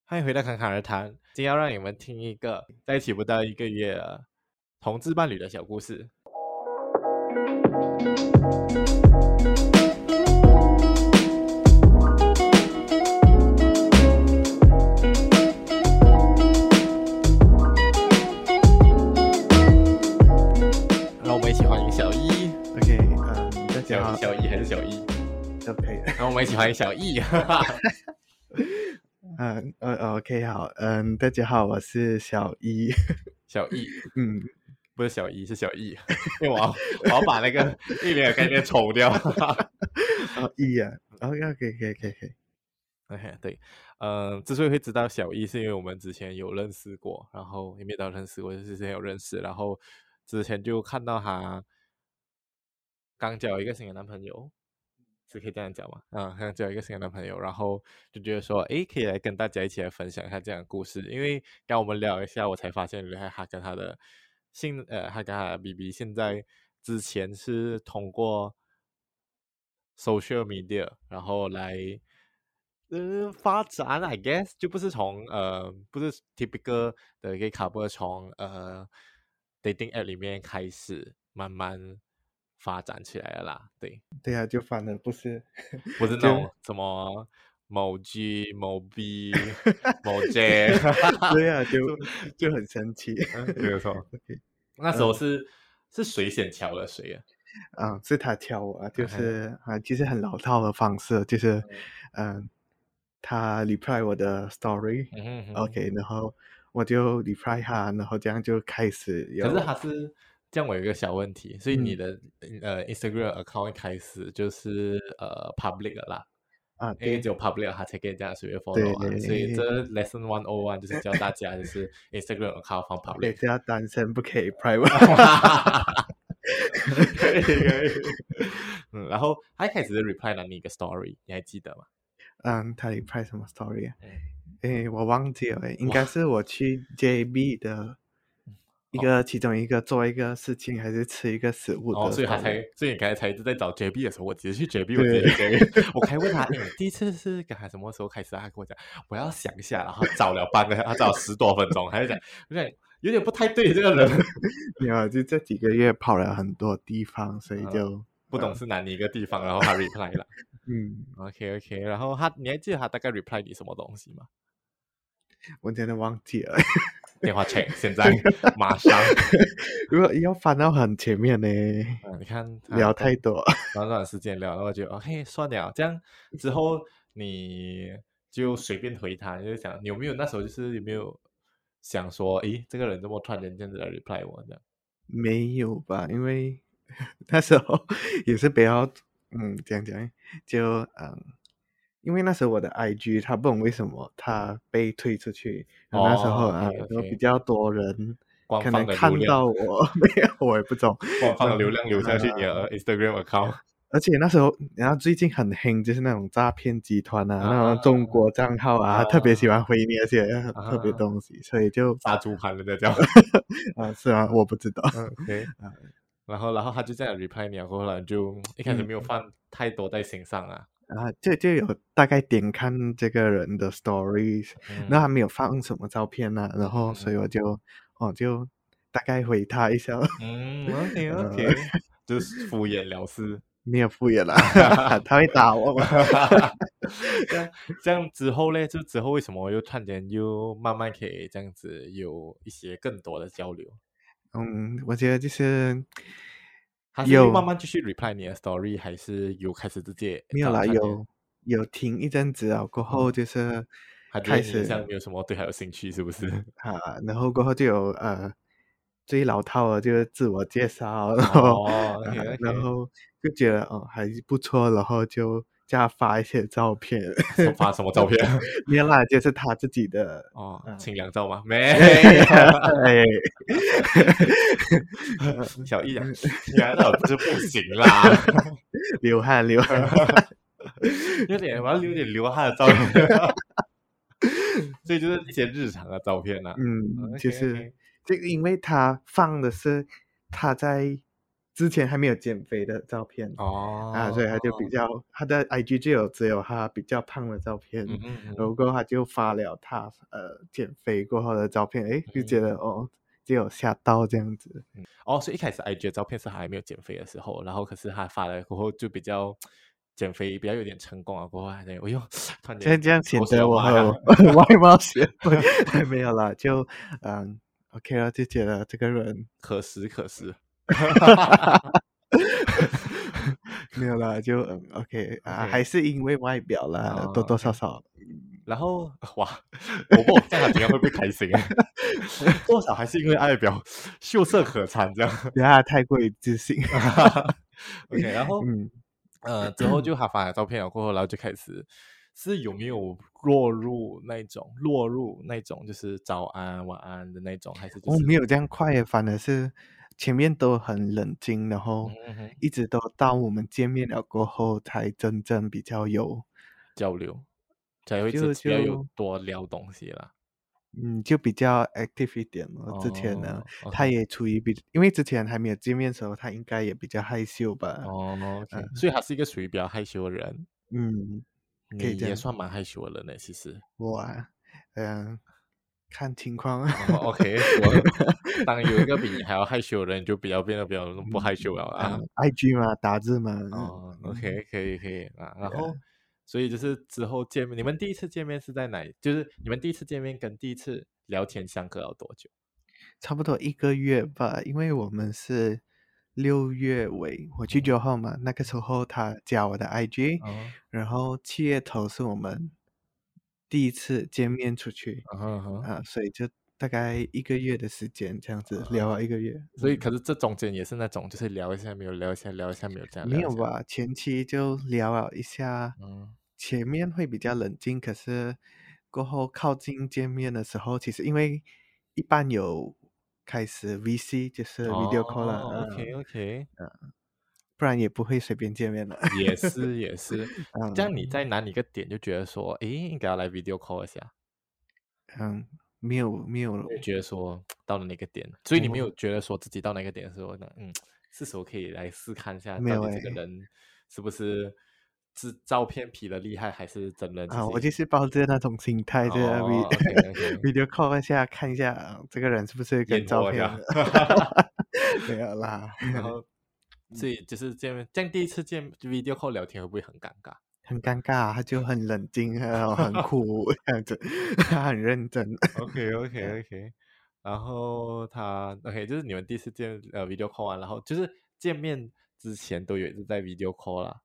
欢迎回到侃侃而谈。今天要让你们听一个在一起不到1个月了同志伴侣的小故事。让我们一起欢迎小一。 OK， 大家好， 小一还是小一都可以。 让我们一起欢迎小易。 OK， 好，大家好，我是小一。 小易，不是小一，是小易，因为我要把那个艺名的概念抽掉。 一啊 ，OK， 对，之所以会知道小易，是因为我们之前有认识过，然后也没有到认识过，就是之前有认识，然后之前就看到他刚交一个新的男朋友，是可以这样讲吗？刚交一个新的男朋友，然后就觉得说，可以来跟大家一起来分享一下这样的故事，因为刚我们聊一下，我才发现原来他跟他的BB 现在之前是通过 social media 然后来发展 I guess 就不是从不是 typical 的一个 couple 从dating app 里面开始慢慢发展起来了啦。 对啊，就反而不是那种什么某 G 某 B 某 J 对啊，就很神奇。 没有错。 OK， 那时候是谁先敲了谁啊？ 是他敲我啊，就是其实很老套的方式，就是他 reply 我的 story，OK，然后我就 reply 他，然后这样就开始有。 可是他是这样，我有一个小问题，所以你的Instagram account 一开始就是public 的啦。因为只有 public 他才可以这样随便 follow 啊，所以这 lesson 101就是教大家就是 Instagram account 放 public， 只要单身不可以 private。 可以。然后他一开始是 reply 了你一个 story， 你还记得吗？ 他 reply 什么 story 啊？我忘记了，应该是我去 JB 的其中一个做一个事情，还是吃一个食物的。 所以你刚才一直在找 JB 的时候，我直接去 JB， 我还问他，你第一次是跟他什么时候开始？他跟我讲，我要想一下，然后找了半个，他找了10多分钟，还是讲，有点不太对这个人。 没有，就这几个月跑了很多地方，所以就不懂是哪一个地方，然后他 reply 了。OK， 然后你还记得他大概 reply 你什么东西吗？ 我真的忘记了。 电话 check， 现在马上。 如果要翻到很前面呢？ 你看聊太多， 短短时间聊，然后就 OK 算了。这样之后你就随便回他，就想你有没有那时候就是有没有想说，这个人怎么突然间这样子来 reply 我呢？ 没有吧，因为那时候也是比较这样讲就因为那时候我的 IG 他不懂为什么他被推出去，然后那时候都比较多人可能看到我，没有我也不懂， 官方的流量流下去你的 Instagram account。 而且那时候然后最近很黑，就是那种诈骗集团那种中国账号特别喜欢回你，而且特别东西，所以就杀猪盘了在叫。 是啊，我不知道。 OK，然后他就这样 reply 你，过后就一开始没有放太多在心上啊。 就有大概点看这个人的 stories，那他没有放什么照片然后所以我就大概回他一下。 OK， 就是敷衍了事。 没有敷衍啦。他会打我吗？ 这样之后呢，就之后为什么又突然间又慢慢可以这样子有一些更多的交流？ 我觉得就是他是慢慢继续 reply 你的 story， 还是有开始直接没有啦，有停一阵子过后就是开始像没有什么对他有兴趣，是不是？ 然后过后就有最老套的就是自我介绍，然后就觉得还不错，然后就叫他发一些照片。 发什么照片？ 没有啦，就是他自己的清凉照吗？没。小易讲，原来不是不行啦。 流汗， 我要留点流汗的照片。所以就是一些日常的照片啦。 就是这个，因为他放的是他在之前还没有减肥的照片所以他就比哦， 较他的 IG 只有他比较胖的照片， 嗯哼嗯哼然后过后他就发了他减肥过后的照片，诶，就觉得就有吓到这样子。 哦，所以一开始 IG 的照片是还没有减肥的时候，然后可是他发了过后就比较减肥比较有点成功了，过后还在哎呦，突然间这样显口水要得我很骂呀， 外貌协会，没有啦，就OK 了，就觉得这个人可食可食。 没有啦，就OK OK， 还是因为外表啦，多多少 OK， 少， 然后哇，我不懂这样他今天会不会开心啊？多少还是因为外表秀色可餐这样。 对他太过于自信， OK，然后嗯。 之后就他发了照片了过后，然后就开始是有没有落入那种就是早安晚安的那种，还是就是没有这样快耶，反而是前面都很冷静，然后嗯哼一直都到我们见面了过后，才真正比较有交流，才会就比较有就多聊东西啦。 就比较 active 一点了。之前呢， 哦他 ，OK， 也处于因为之前还没有见面的时候，他应该也比较害羞吧。 哦嗯 ，OK，所以他是一个属于比较害羞的人， 嗯，可以你这样。 也算蛮害羞的人呢，其实。 我看情况。 哦，OK，我当有一个比你还要害羞的人，就变得比较不害羞了啊。 IG 嘛，打字嘛， 哦，OK，可以啊。然后，所以就是之后见面，你们第一次见面是在哪里？就是你们第一次见面跟第一次聊天相隔了多久？ 差不多1个月吧，因为我们是6月尾我去嗯 9号嘛，那个时候他加我的 IG， 嗯然后7月头是我们第一次见面出去， 嗯哼哼所以就大概1个月的时间这样子聊了1个月， 所以可是这中间也是那种，就是聊一下没有，聊一下，聊一下没有，这样聊一下。 没有吧？前期就聊了一下， 嗯前面会比较冷静，可是过后靠近见面的时候，其实因为一般有开始 VC，就是 video call 了， 哦，OK OK， 不然也不会随便见面了。 也是也是。这样你嗯在哪里个点就觉得说，诶，应该要来 video call 一下？ 嗯，没有了， 没有觉得说到了哪个点，所以你没有我觉得说自己到哪个点的时候呢，是时候可以来试看一下， 没有到底这个人是不是照片 P 的厉害，还是真人其实我就也是抱着那种心态，这样哦，OK OK， video call 一下，看一下这个人是不是跟照片验货一下， 没有啦， 然后所以就是这样第一次见 video call 聊天会不会很尴尬？ 很尴尬，他就很冷静，很酷这样子，他很认真。 OK OK OK，然后他 OK 就是你们第一次video call 完，然后就是见面之前都有一直在 video call 啦，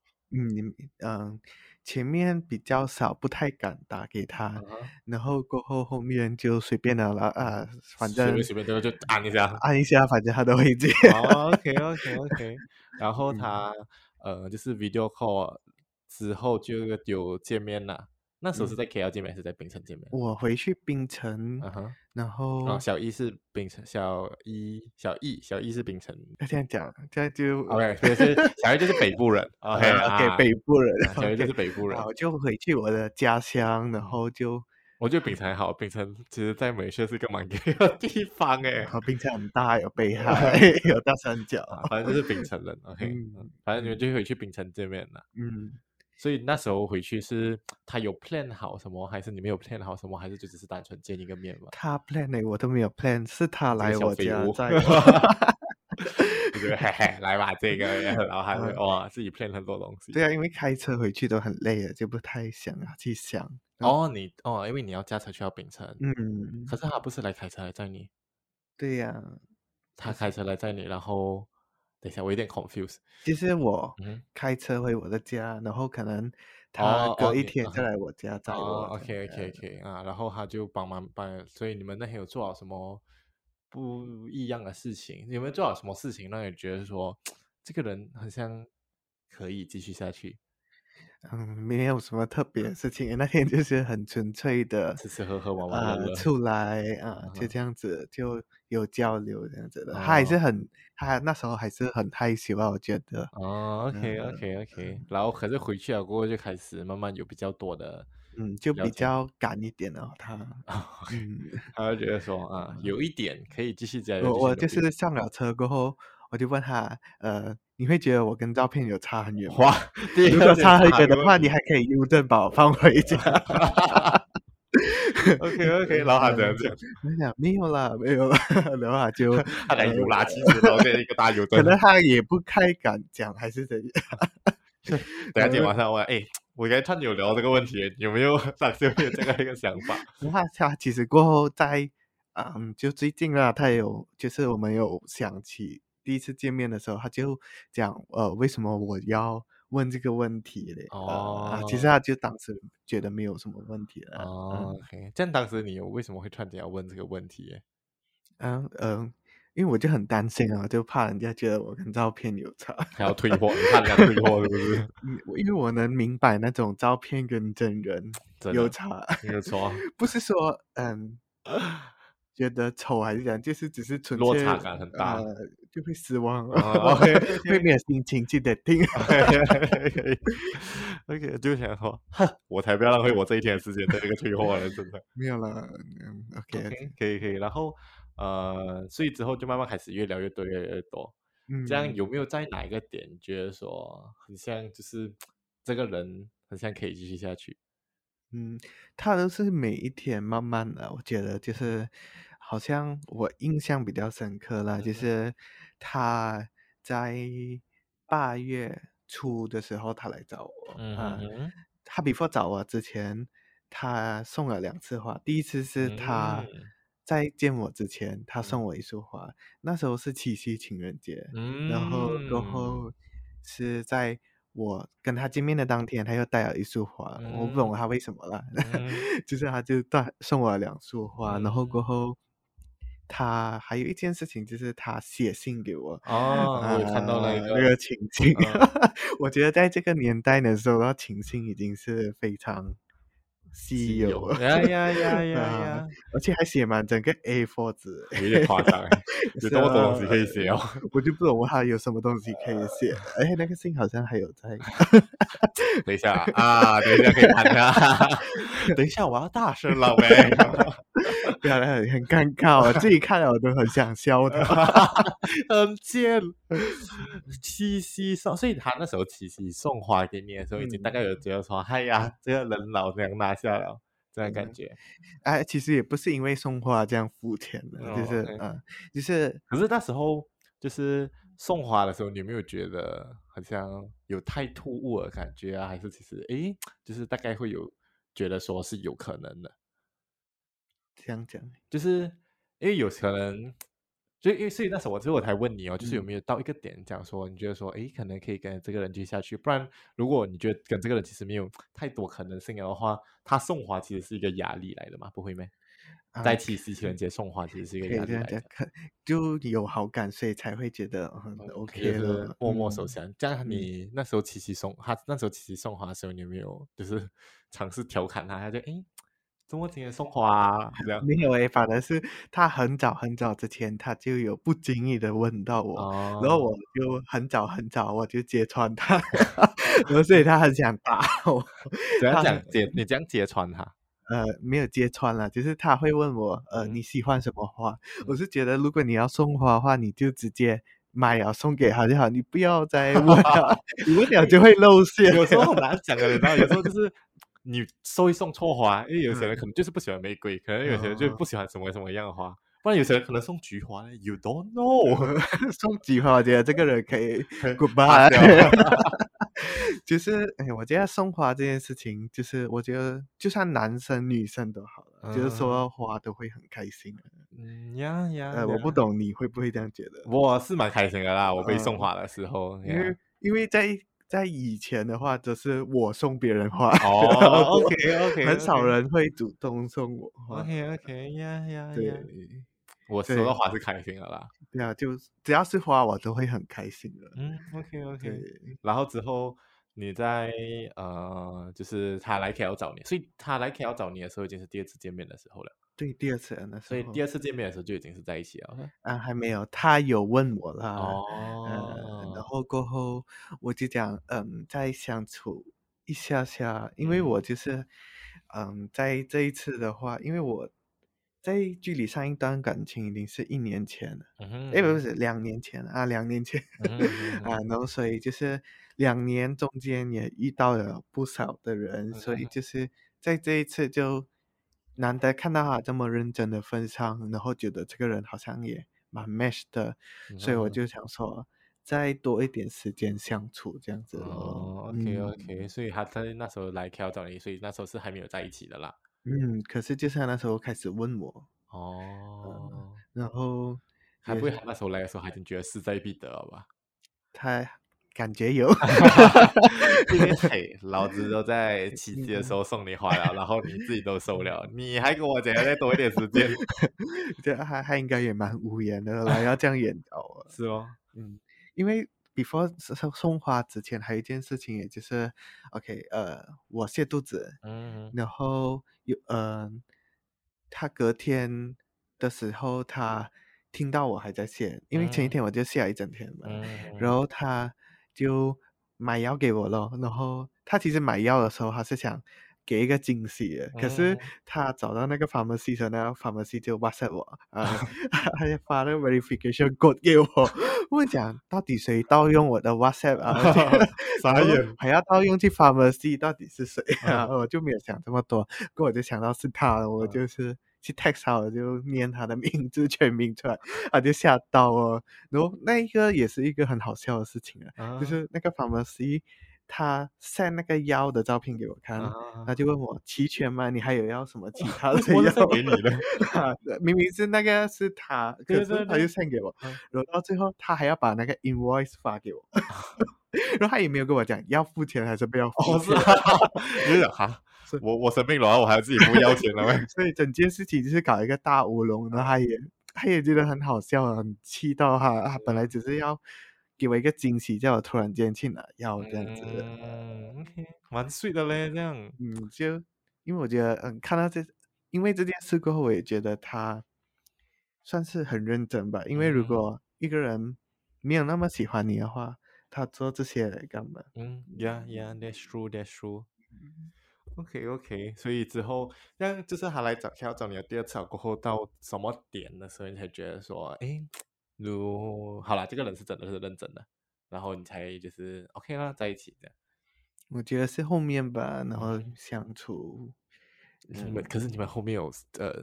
前面比较少，不太敢打给他， 嗯哼， 然后过后后面就随便了啦反正随便就按一下。 按一下，反正他都会接。 哦，OK OK OK，然后嗯， 他就是 video call 之后就有见面了，那时候是嗯， 在 KL 见面还是在槟城见面？ 我回去槟城， 嗯哼， 然哦， 后小一是槟城，小一是槟城要这样讲，这样就 ，OK，所以是小一就是北部人，OK OK 啊， 北部人小一就 ，OK 是北部人， 我就回去我的家乡，然嗯， 后就我觉得槟城还好，槟城其实在美国是一个蛮 gay 的地方诶， 槟城很大，有北海，有大三角， 反正就是槟城人，OK， 嗯反正你们就回去槟城见面了。 嗯。 所以那时候回去是他有 plan 好什么，还是你没有 plan 好什么，还是就只是单纯见一个面嘛？ 他 plan 的我都没有 plan，是他这个来我小废物， 家载我。 就觉得嘿嘿，来吧这个，然后还会哇自己 plan 很多东西。 对啊，因为开车回去都很累了，就不太想去想。 哦，因为你要驾车去到槟城， 嗯， 可是他不是来开车来载你， 对呀、 他开车来载你，然后等一下我有点 confused。 其实我嗯哼， 开车回我的家，然后可能他哦哦隔一天再来我家载我这样。 OK OK OK 啊，然后他就帮，所以你们那天有做好什么不一样的事情？有没有做好什么事情让你觉得说这个人好像可以继续下去， 没有什么特别的事情，那天就是很纯粹的， 吃吃喝喝玩玩乐乐？ 出来就嗯哼， 这样子就有交流这样子的。 哦他那时候还是很害羞我觉得。 哦，OK 嗯 OK OK，然后可是回去了过后就开始慢慢有比较多的就比聊天， 较赶一点哦，他。 OK， 嗯， 他就觉得说有一点可以继续加油，继续我就努力。 是上了车过后， 我就问他，你会觉得我跟照片有差很远吗？ 哇，第如二件果差很差远的话，你的问题。 还可以邮政把我放回家。 OK OK，然后他怎样讲？ 我就讲没有啦，没有啦，然后他就他讲有啦，其实然后这一个大邮政。 可能他也不太敢讲，还是怎样。 等下今天晚上问，哎，我跟他有聊这个问题，有没有当时有没有这个一个想法？ 然后他其实过后在就最近啦，他有就是我们有想起第一次见面的时候，他就讲为什么我要问这个问题嘞？其实哦他就当时觉得没有什么问题了。 哦，OK，这样当时你有为什么会突然间要问这个问题耶？ 因为我就很担心啊，就怕人家觉得我跟照片有差。 还要退货，你怕人家退货是不是？ 因为我能明白那种照片跟真人真的有差， 没有错， 不是说觉得丑还是怎样，就是只是纯粹落差感很大。 就会失望， 哦，OK 会 OK 没有心情去听。 OK OK，就想说，哼，我才不要浪费我这一天的时间在这个退货了，真的。 没有了，OK， OK，可以可以，然后所以之后就慢慢开始越聊越多，越来越多。这样嗯。 有没有在哪一个点觉得说很像，就是这个人很像可以继续下去？ 嗯，他都是每一天慢慢的，我觉得就是好像我印象比较深刻啦，就嗯哼， 是他在8月初的时候，他来找我嗯哼啊。 哼， 他 before 找我之前，他送了2次花，第一次是他嗯在见我之前，他嗯送我一束花，那时候是七夕情人节，然后过嗯后是在我跟他见面的当天，他又带了一束花，我不懂嗯他为什么啦， 嗯就是他就送我了2束花，然后过嗯， 后他还有一件事情就是他写信给我， 哦，我有看到那个， 那个情信， 嗯， 我觉得在这个年代能收到情信已经是非常稀稀有， 有了。 呀呀呀呀啊， 呀， 而且还写满整个 A4 纸。 有点夸张哎，有是这么多东西可以写哦。 我就不懂他有什么东西可以写，而且那个信好像还有在。 等一下啊，等一下可以谈下，等一下我要大声了喂。 不要很尴尬，我自己看了我都很想笑他。 很贱。七夕送，所以他那时候七夕送花给你的时候，已经大概有觉得说，哎呀，这个人老娘拿下了，这样感觉。 其实也不是因为送花这样肤浅的，就哦，OK。 是就是可是那时候就是送花的时候，你有没有觉得好像有太突兀的感觉啊？还是其实诶，就是大概会有觉得说是有可能的？ 这样讲。 就是因为有可能，就因为所以那时候我才问你哦，就是有嗯， 没有到一个点讲说，你觉得说，诶，可能可以跟这个人继续下去，不然如果你觉得跟这个人其实没有太多可能性的话，他送花其实是一个压力来的嘛，不会咩？在七夕情人节送花其实是一个可以这样讲， 压力来的。 就有好感，所以才会觉得也 OK 了。 是默默收下。这样嗯。 你那时候那时候琪琪送花的时候，你有没有就是尝试调侃他？他就诶，周末今天送花啊？这样。 没有反而是他很早很早之前，他就有不经意的问到我，然后哦， 我就很早很早我就揭穿他，然后所以他很想打我。 怎样他讲你这样揭穿他？ 没有揭穿了，就是他会问我， 嗯你喜欢什么花？我嗯。 是觉得如果你要送花的话，你就直接买了送给他就好，你不要再问了，你问了就会露馅。 有时候很难讲的，你知道，有时候就是你送一送错花，因为有些人嗯， 可能就是不喜欢玫瑰，可能有些人就哦。 不喜欢什么什么样的花，不然有些人可能送菊花呢，You don't know， 送菊花，我觉得这个人可以 pass goodbye。 掉。 就是我觉得送花这件事情，就是我觉得就算男生女生都好了，就是收嗯到花都会很开心的。 嗯呀呀我不呀。 懂你会不会这样觉得？ 我是蛮开心的啦，我被送呃， 花的时候呀。 因为在以前的话，都是我送别人花，然后哦，OK OK 很少 OK 人会主动送我花。 OK OK，呀呀对呀，我收到对花是开心的啦。 对啊，就只要是花，我都会很开心的。 嗯，OK OK。 对然后之后你在就是他来 KL 找你，所以他来 KL 找你的时候已经是第二次见面的时候了， 对，第二次那时所以第候。 二次见面的时候就已经是在一起了噻。 还没有，他有问我啦，然哦， 后过后我就讲，再相处一下下，因为我嗯就是，在这一次的话，因为我在距离上一段感情已经是1年前了。 嗯哼诶，不嗯是2年前啊2年前。 哼嗯哼然后所以就是2年中间也遇到了不少的人，所以嗯哼就是在这一次就难得看到他这么认真的分享，然后觉得这个人好像也蛮 match 的，所以我嗯哼就想说再多一点时间相处这样子咯。 哦，OK OK，所以他在那时候来挑找你，所以那时候是还没有在一起的啦。 可是就是他那时候开始问我， 哦， 然后还不会也是他那时候来的时候还已经觉得势在必得了吧？ 他感觉有。 毕竟嘿，老子都在七夕的时嗯， 候送你花了，然后你自己都收了，你还跟我讲要再多一点时间， 这他应该也蛮无言的了，要这样演找我。 是哦， 因为 before 送花之前还有一件事情，也就是，OK，我泻肚子， 嗯然后他隔天的时候，他听到我还在泻，因为前一嗯天我就泻了一整天嘛，然嗯后他就买药给我咯，然后他其实买药的时候，他是想给一个惊喜的，可是嗯他找到那个 pharmacy 时候，那个 pharmacy 就 WhatsApp 我，他就发那个 verification code 给我，我讲到底谁盗用我的 WhatsApp 啊？然后傻眼， 还要盗用去 pharmacy，到底是谁啊？ 嗯我就没有想这么多，过后我就想到是他了，我嗯就是去 text 他，我就念他的名字全名出来，他就吓到哦。然后那一个也是一个很好笑的事情啊，就啊是那个 pharmacy 他 send 那个药的照片给我看，他啊， 就问我齐全吗？你还有要什么其他为什么是的药？ 送给你的？ 明明是那个是他，可是他就对对对， send 给我， 嗯， 然后到最后他还要把那个 invoice 发给我，然后他也没有跟我讲要付钱还是不要付哦是钱。 啊，你就想哈， 是我生病了，然后我还要自己付药钱了喂， 所以整件事情就是搞一个大乌龙，然后他也觉得很好笑，很气到他本来只是要给我一个惊喜，叫我突然间去拿药这样子。 OK，蛮 sweet 的嘞，这样， 就因为我觉得，看到因为这件事过后，我也觉得他算是很认真吧。因为如嗯果一个人没有那么喜欢你的话，他做这些来干嘛？ Yeah yeah，that's true，that's true。OK OK，所以之后，那就是他来找你的第二次了过后，到什么点的时候，你才觉得说，诶，好啦，这个人是真的是认真的，然后你才就是 OK 啦，在一起这样。 我觉得是后面吧，然后嗯， 相处， 可是你们后面有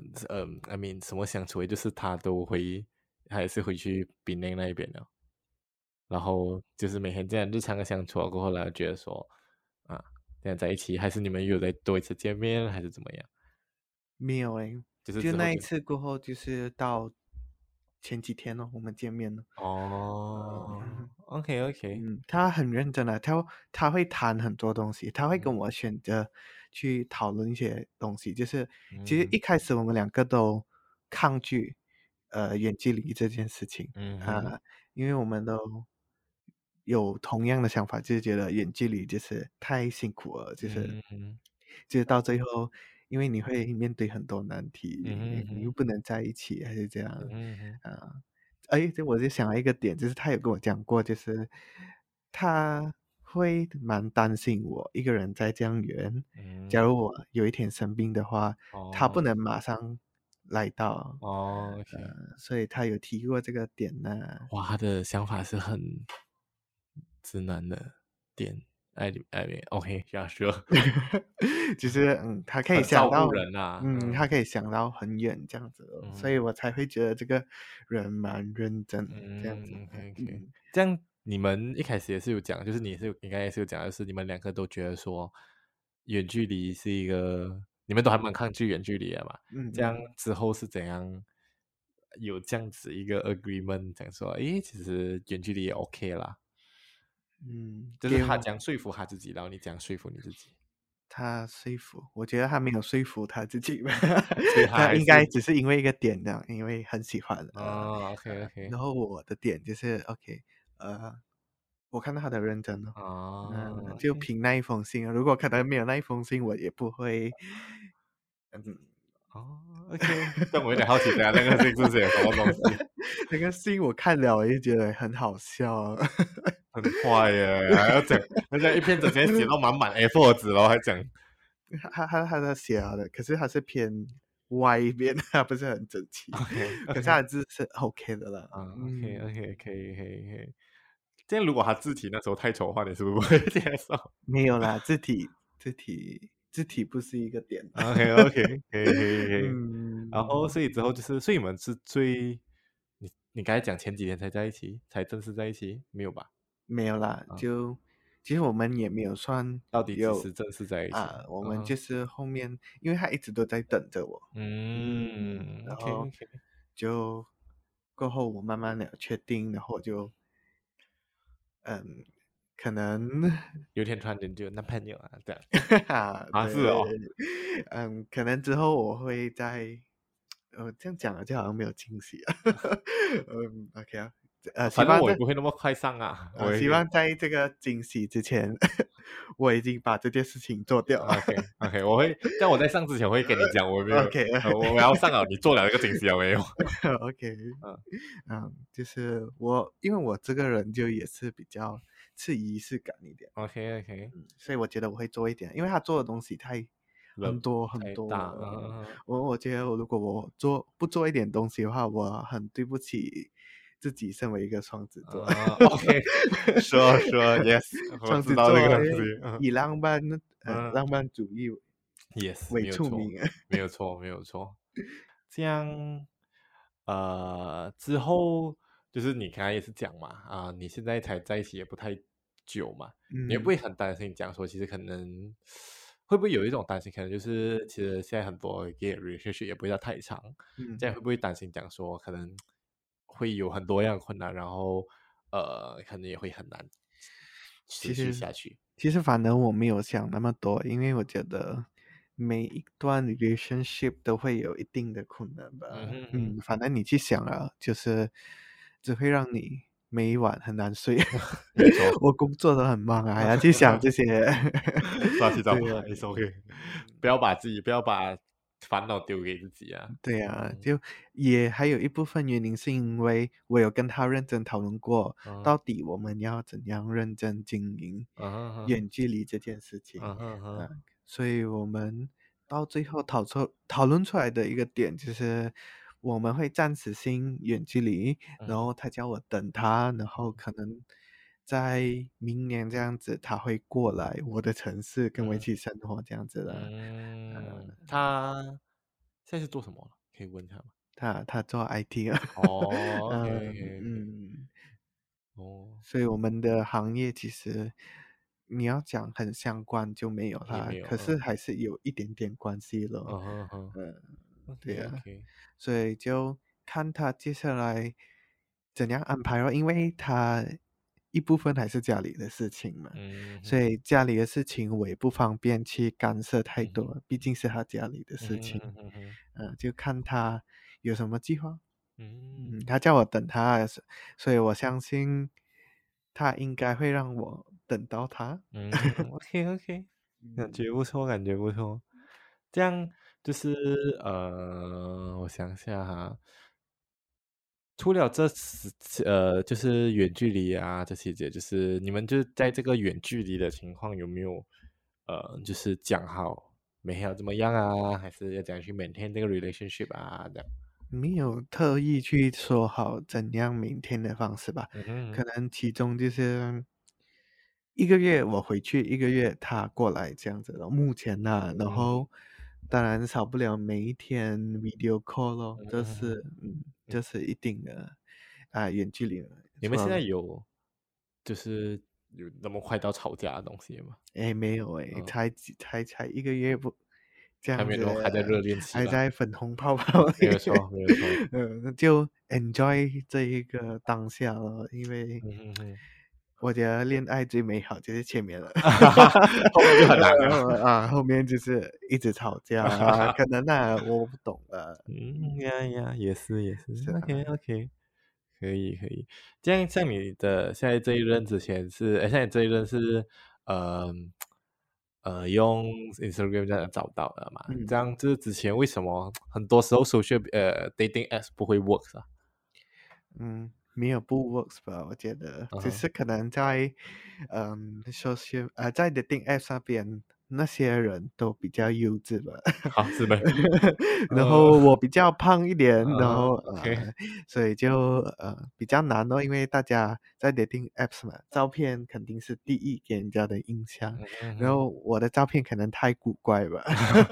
I mean 什么相处？就是他都会还是回去槟城那一边了，然后就是每天这样日常的相处了过后，然后觉得说啊，这样在一起，还是你们又再多一次见面，还是怎么样？ 没有诶， 就是之后就就那一次过后，就是到前几天咯，我们见面了。 哦，OK OK， 他很认真的，他会谈很多东西，他会跟嗯我选择去讨论一些东西。就是其实嗯一开始我们两个都抗拒远距离这件事情嗯哼啊，因为我们都有同样的想法，就是觉得远距离就是太辛苦了，就是嗯哼就是到最后，因为你会面对很多难题，你又嗯哼不能在一起，还是这样嗯哼啊。这我就想到一个点，就是他有跟我讲过，就是他会蛮担心我一个人在这样远，假嗯， 如我有一天生病的话，他不哦能马上来到， 哦，OK， 所以他有提过这个点呢。 哇，他的想法是很直男的点，I mean OK，yeah sure， 就是他可以很照顾想到， 人啊， 他可以想到很远这样子哦，所以嗯我才会觉得这个人蛮认真这样子。 OK OK，这样你们一开始也是有讲，就是你是应该也是有讲，就是你们两个都觉得说远距离是一个，你们都还蛮抗拒远距离的嘛，这样嗯嗯之后是怎样有这样子一个 agreement，讲说，诶，其实远距离也 OK 啦，就是给我他讲说服他自己，然后你讲说服你自己， 他说服，我觉得他没有说服他自己吧， 所以他他应还是该只是因为一个点这样，因为很喜欢 OK OK， 然后我的点就是 OK，我看到他的认真哦，就 OK， 凭那一封信啊，如果可能没有那一封信，我也不会，嗯。 OK，但我有点好奇，等下那个信是写什么东西？ 那个信我看了，我就觉得很好笑。 很坏耶，还要讲，人家一篇整篇写到满满 A4 纸，然后还讲， 他写好的，可是他是偏歪一边，它不是很整齐， OK 可是 OK 它的字是 OK 的啦。 啊，OK OK 可以。这样如果他字体那时候太丑的话，你是不是不会接受没有啦，字体不是一个点。 ？OK OK 可以。然后嗯， 所以之后就是，所以你们是你刚才讲前几天才在一起，才正式在一起，没有吧？ 没有啦， 啊， 就其实我们也没有算到底几有时正式在一起？ 我嗯哼， 们就是后面，因为他一直都在等着我。 嗯，OK 然后 OK， 就过后我慢慢的确定，然后我就嗯，可能有一天突然间就有男朋友啊，这样啊，是对， 哦可能之后我会在，这样讲了就好像没有惊喜啊。OK 啊，希反正望在我也不会那么快上啊，我也可以。 希望在这个惊喜之前，我已经把这件事情做掉。 OK OK，我会在我在上之前我会跟你讲，我没有， OK 我要上了，你做了那个惊喜了没有？ OK， 嗯就是我，因为我这个人就也是比较吃仪式感一点。 ，OK OK， 所以我觉得我会做一点，因为他做的东西了很多很太大， 多了。 嗯， 我觉得如果我不做一点东西的话，我很对不起自己身为一个双子座。 OK，说 yes，我双知道这个子座东西， 以嗯浪漫主义 ，yes， 为没有错， 出名。 没有错，没有错。这样，之后就是你刚才也是讲嘛，你现在才在一起也不太久嘛，你会不嗯会很担心讲说，其实可能会不会有一种担心，可能就是其实现在很多 gay relationship 也不会要太长，这嗯， 样会不会担心讲说，可能会有很多样的困难，然后可能也会很难持续其实下去。 反正我没有想那么多，因为我觉得每一段 relationship 都会有一定的困难吧。 嗯哼哼， 反正你去想啊，就是只会让你每一晚很难睡。 没有错。 我工作都很忙啊，还要去想这些。 乱七对啊， 八糟，it's OK，不要把烦恼丢给自己啊。 对啊， 嗯就也还有一部分原因是因为我有跟他认真讨论过， 嗯到底我们要怎样认真经营嗯哼哼远距离这件事情。 嗯哼哼所以我们到最后讨论出来的一个点就是，我们会暂时性远距离，然嗯后他叫我等他，然后可能在明年这样子他会过来我的城市跟我一嗯起生活这样子的。 他现在是做什么了？可以问一下吗？ 他做 IT 啊。 哦，OK 嗯 OK OK， 嗯， 哦， 所以我们的行业其实你要讲很相关就没有啦， 也没有， 可是还是有一点点关系咯。 嗯哼哼嗯，对 ，OK 呀， OK， 所以就看他接下来怎样安排咯，因为他一部分还是家里的事情嘛，所嗯哼以家里的事情我也不方便去干涉太嗯哼多，毕竟是他家里的事情。 嗯哼嗯哼哼就看他有什么计划。 嗯他叫我等他，所以我相信他应该会让我等到他。 OK OK，感嗯觉不错，感觉不错。这样就是我想下哈，除了就是远距离啊这些节，就是你们就在这个远距离的情况有没有就是讲好没有怎么样啊，还是要怎样去 maintain 这个 relationship 啊这样？ 没有特意去说好怎样明天的方式吧， 嗯哼可能其中就是一个月我回去，一个月他过来这样子的。目前呢，然嗯后当然少不了每一天 video call 咯， 嗯哼哼这是一定的远距离的。 你们现在有就是有那么快到吵架的东西吗？ 没有诶， 嗯， 才一个月不这还没有， 样子， 还在热恋期啦。 还在粉红泡泡里。 没有错，没有错。 就 enjoy 这一个当下了，因为嗯哼哼， 我觉得恋爱最美好就是前面了。 后面就很难了。 后面就是一直吵架啊，可能我不懂了。 呀，也是也是是 ，OK 啊， OK，可以。这样像你的现在这一任之前是，现在这一任是，呃用 Instagram 这样找到的嘛？这嗯。 样就是之前为什么很多时候 social dating apps 不会 work 啊？ 没有不 works 吧？我觉得嗯哼， 只是可能在在 dating app 上边那些人都比较幼稚吧。 好，是呗。 然后呃， 我比较胖一点，然后 OK， 所以就比较难哦，因为大家在 dating apps 嘛，照片肯定是第一给人家的印象， 嗯嗯嗯然后我的照片可能太古怪吧。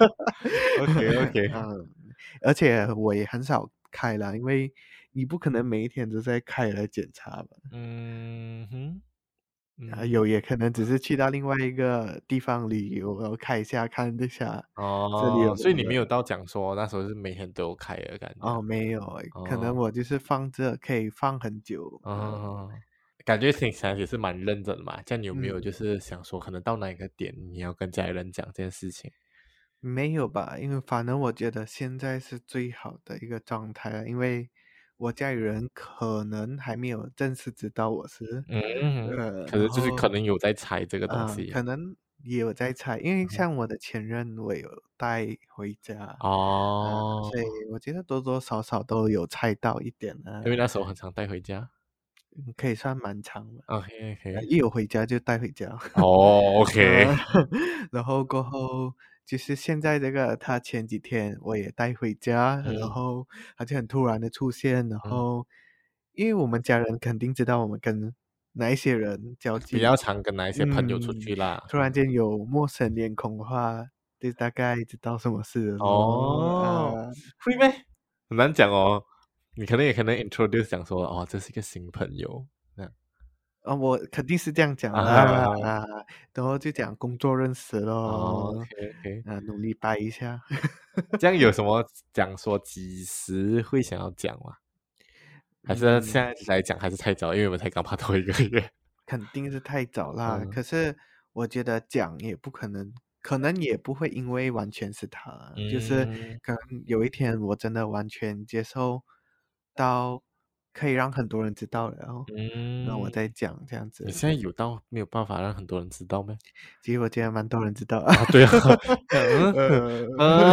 ，OK OK， 嗯，而且我也很少开了，因为你不可能每一天都在开来检查吧。 嗯哼， 有也可能只是去到另外一个地方旅游，然后看一下看一下这里有哦， 什么人。 所以你没有到讲说那时候是每天都有开的感觉。 哦，没有诶，可能哦， 我就是放着可以放很久。 哦，感觉听起来也是蛮认真的嘛。这样你有没有就嗯， 是想说，可能到哪一个点你要跟家里人讲这件事情？ 没有吧，因为反正我觉得现在是最好的一个状态了，因为我家里人可能还没有正式知道我是， 嗯，可是就是可然后能有在猜这个东西。 可能也有在猜，因为嗯哼， 像我的前任我有带回家， 哦， 所以我觉得多多少少都有猜到一点因为那时候很常带回家。 可以算蛮长的。 OK OK， 一有回家就带回家。 哦，OK， 呃，然后过后就是现在这个他前几天我也带回家，然嗯后他就很突然的出现，然嗯， 后因为我们家人肯定知道我们跟哪一些人交比较际， 常跟哪一些朋友出去啦。 突然间有陌生脸孔的话，就大概知道什么事了咯。 哦，会咩？很难讲哦。你可能也可能 introduce 讲说，哦，这是一个新朋友，这样我肯定是这样讲啊啦， 哈啊哈， 啊，然后就讲工作认识哦咯， ，OK OK， 努力掰一下。 这样有什么讲说几时会想要讲吗？还是现嗯， 在来讲还是太早，因为我们才刚爬多一个月。 肯定是太早啦。 嗯可是我觉得讲也不可能，可能也不会因为完全是他，就是嗯可能有一天我真的完全接受到可以让很多人知道了，然后那我嗯， 再讲这样子。 你现在有到没有办法让很多人知道咩？ 其实我觉得蛮多人知道。 啊，对啊，嗯呃，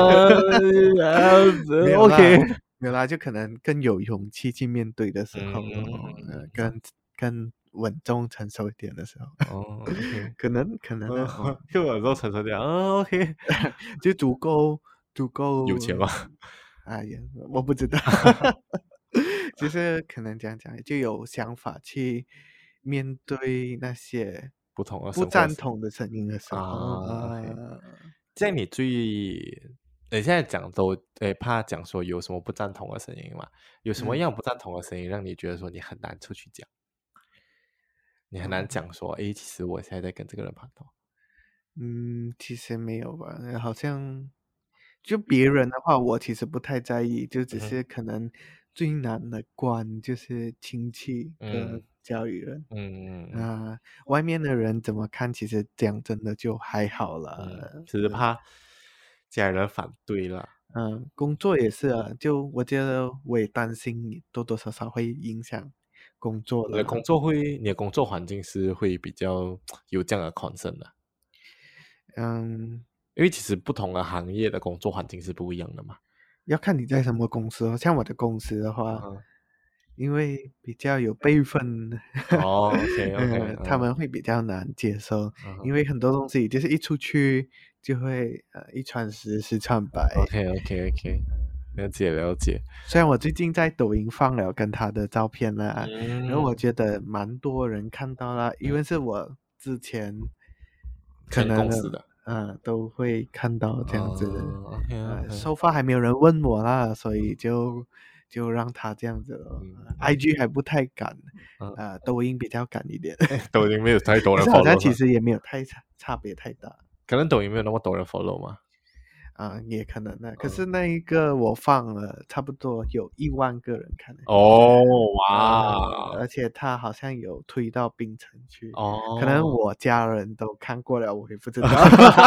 没有 ，OK， 啦，没有啦，就可能更有勇气去面对的时候咯， 嗯， 更稳重成熟一点的时候。 哦，OK。 可能嗯， 啊， 就有时候晨晨讲，OK， 就足够， 有钱吗？ 哎呀，我不知道。就是可能这样讲，就有想法去面对那些不同的不生活是赞同的声音的时候啊，OK。 啊。 这样你最你现在讲都怕讲说有什么不赞同的声音嘛？有什么嗯， 样不赞同的声音让你觉得说你很难出去讲，你很难哦， 讲说，诶，其实我现在在跟这个人拍拖。 其实没有吧，好像就别人的话，我其实不太在意，就只嗯哼， 是可能最难的关就是亲戚跟嗯家里人。 嗯啊，外面的人怎么看，其实讲真的就还好嗯， 了。 只是怕家人反对啦。 工作也是啊，就我觉得我也担心你多多少少会影响工作啦。 你的工作环境是会比较有这样的 concern 的， 嗯， 因为其实不同的行业的工作环境是不一样的嘛。 要看你在什么公司哦，像我的公司的话， 嗯， 因为比较有辈分。 哦，OK OK， 他嗯们会比较难接受，因嗯为很多东西就是一出去就会一传十，十传百。 ，OK OK OK，了解了解。 虽然我最近在抖音放了跟他的照片啦，然后我嗯觉得蛮多人看到啦，因嗯， 为是我之前可前能公司的， 都会看到这样子。 OK OK， 收发还没有人问我啦，所以就让他这样子咯。 嗯 IG 还不太敢， 嗯， 抖音比较敢一点。 抖音没有太多人可是好像 follow 他， 其实也没有太差别太大。 可能抖音没有那么多人 follow 嘛。 也可能的。可是嗯， 那一个我放了差不多有1万个人看了。 哦， 呃， 哇， 而且他好像有推到槟城去，可能哦我家人都看过了，我也不知道。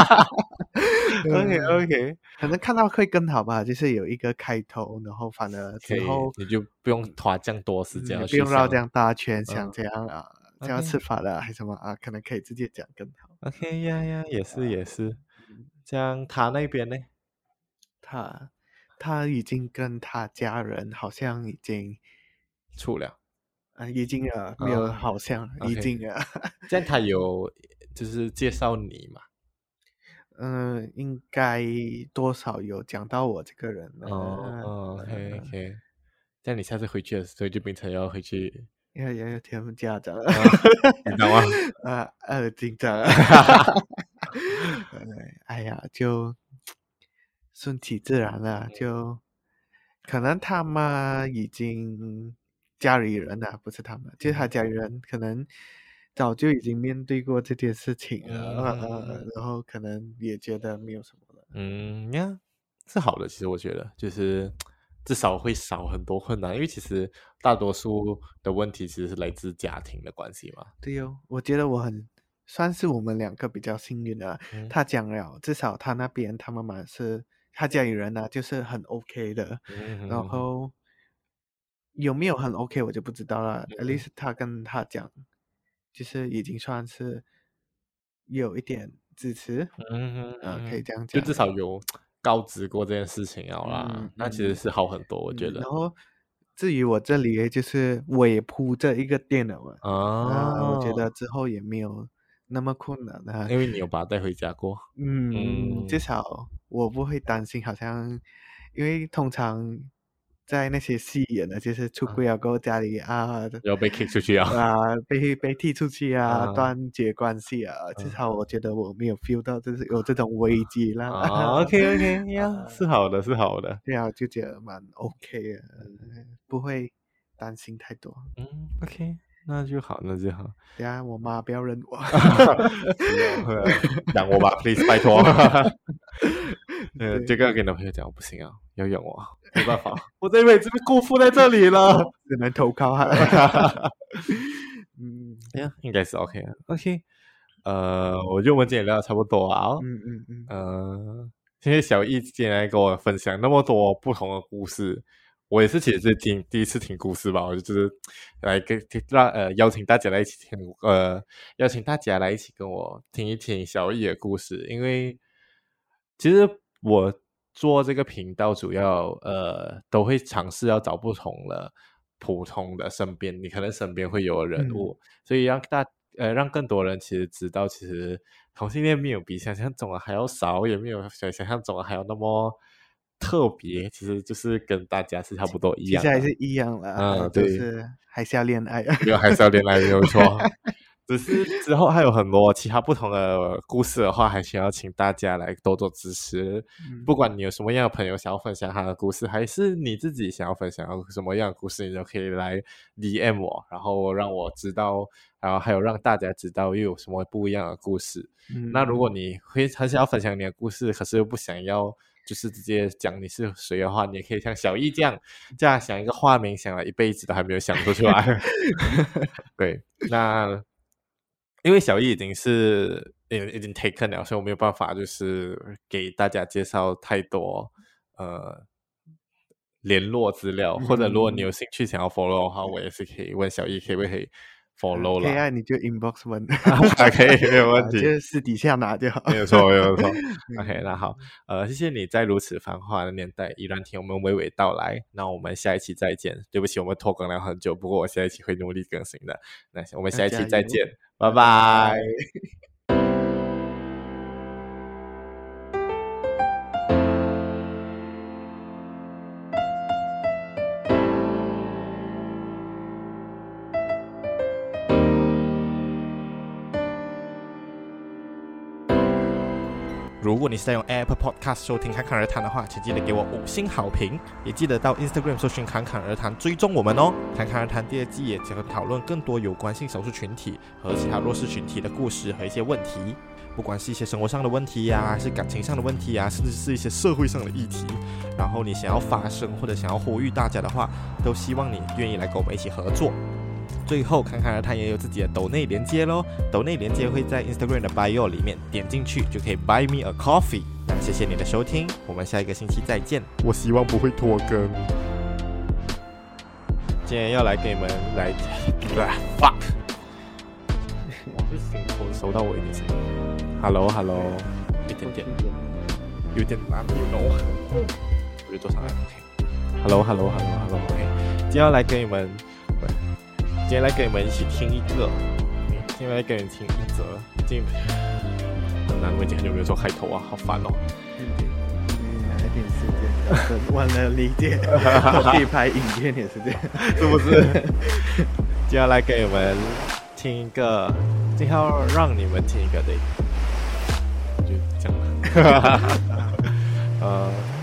，OK 嗯， OK， 可能看到会更好吧，就是有一个开头，然后反而可以， 之后， 你就不用花这样多时间也要去想。 不用绕这样大圈，想嗯这样这样 ，OK 吃法的还是什么可能可以直接讲更好。 OK，呀呀，也是也是。 嗯， 这样他那边呢？ 他他已经跟他家人好像处了。 已经没有哦好像已 ，OK， 经这样他有就是介绍你嘛？ 应该多少有讲到我这个人 OK，这样你下次回去的时候就变成要回去要听家长紧张吗？ 紧张哎呀，就顺其自然了，就可能他们已经家里人啊，不是他们，就是他家里人可能早就已经面对过这件事情了，然后可能也觉得没有什么了。 呀，是好的，其实我觉得就是至少会少很多困难，因为其实大多数的问题其实是来自家庭的关系嘛。 对哦，我觉得算是我们两个比较幸运的。他讲了，至少他那边他妈妈是他家里人啊，就是很 OK 的。然后有没有很 OK 我就不知道了。at least 他跟他讲，就是已经算是有一点支持，可以这样就讲。 至少有告知过这件事情了啦，那其实是好很多，我觉得。 然后至于我这里，就是我也铺着一个电脑嘛，我觉得之后也没有那么困难啊， 因为你有把它带回家过。 至少我不会担心，好像因为通常在那些戏演的，就是出柜了过后家里要被 kick 出去啊， 被踢出去断绝关系至少我觉得我没有 feel 到就是有这种危机啦。 OK 呀，是好的，是好的。 对啊，就觉得蛮 OK 的，不会担心太多。 OK， 那就好，那就好。 等下我妈不要认我， 养我吧 ，please， 拜托。这个要跟你的朋友讲，不行啊，要养我，没办法，我这一辈子被辜负在这里了， 只能投靠他。 应该是 OK 的。OK，我觉得我们今天聊的差不多啊。谢谢小易今天来跟我分享那么多不同的故事。我也是其实是第一次听故事吧，我就是来邀请大家来一起听，邀请大家来一起跟我听一听小易的故事，因为其实我做这个频道主要都会尝试要找不同的普通的身边，你可能身边会有的人物，所以让更多人其实知道，其实同性恋没有比想象中的还要少，也没有想象中的还有那么特别，其实就是跟大家是差不多一样的， 其实还是一样啦， 对， 就是还是要恋爱， 还是要恋爱，没有错。只是之后还有很多其他不同的故事的话，还需要请大家来多多支持。不管你有什么样的朋友想要分享他的故事，还是你自己想要分享什么样的故事，你都可以来 DM 我，然后让我知道，然后还有让大家知道又有什么不一样的故事。那如果你很想要分享你的故事，可是又不想要就是直接讲你是谁的话，你也可以像小易这样想一个化名，想了一辈子都还没有想出来。对，那因为小易已经 taken 了，所以我没有办法就是给大家介绍太多联络资料，或者如果你有兴趣想要 follow 的话，我也是可以问小易可不可以 follow 啦。 可以啊，你就 inbox 问， 可以，没有问题， 就是私底下拿就好。 没有错。OK， 那好，谢谢你在如此繁华的年代依然听我们娓娓道来。那我们下一期再见。对不起，我们拖更了很久，不过我下一期会努力更新的。那我们下一期再见，拜拜。如果你是在用 Apple Podcast 收听侃侃而谈的话，请记得给我5星好评，也记得到 Instagram 搜寻侃侃而谈追踪我们哦。侃侃而谈第2季也将讨论更多有关性少数群体和其他弱势群体的故事和一些问题，不管是一些生活上的问题呀，还是感情上的问题呀，甚至是一些社会上的议题，然后你想要发声或者想要呼吁大家的话，都希望你愿意来跟我们一起合作。最后侃侃而谈也有自己的抖内连接咯，抖内连接会在 Instagram 的 bio 里面，点进去就可以 buy me a coffee。 那谢谢你的收听，我们下一个星期再见，我希望不会拖更。今天要来给你们来fuck 我不行，我收到我一点声音。 Hello 一点点有点难 you know 我就做上来 OK。 Hello OK， 今天要来跟你们一起听一个，今天来跟你听一则很难难，我已经很久没有做开头啊，好烦哦。 拿一点时间，忘了理解。我自己拍影片也是这样， 是不是？接下来给你们听一个，今天要让你们听一个的，就这样了。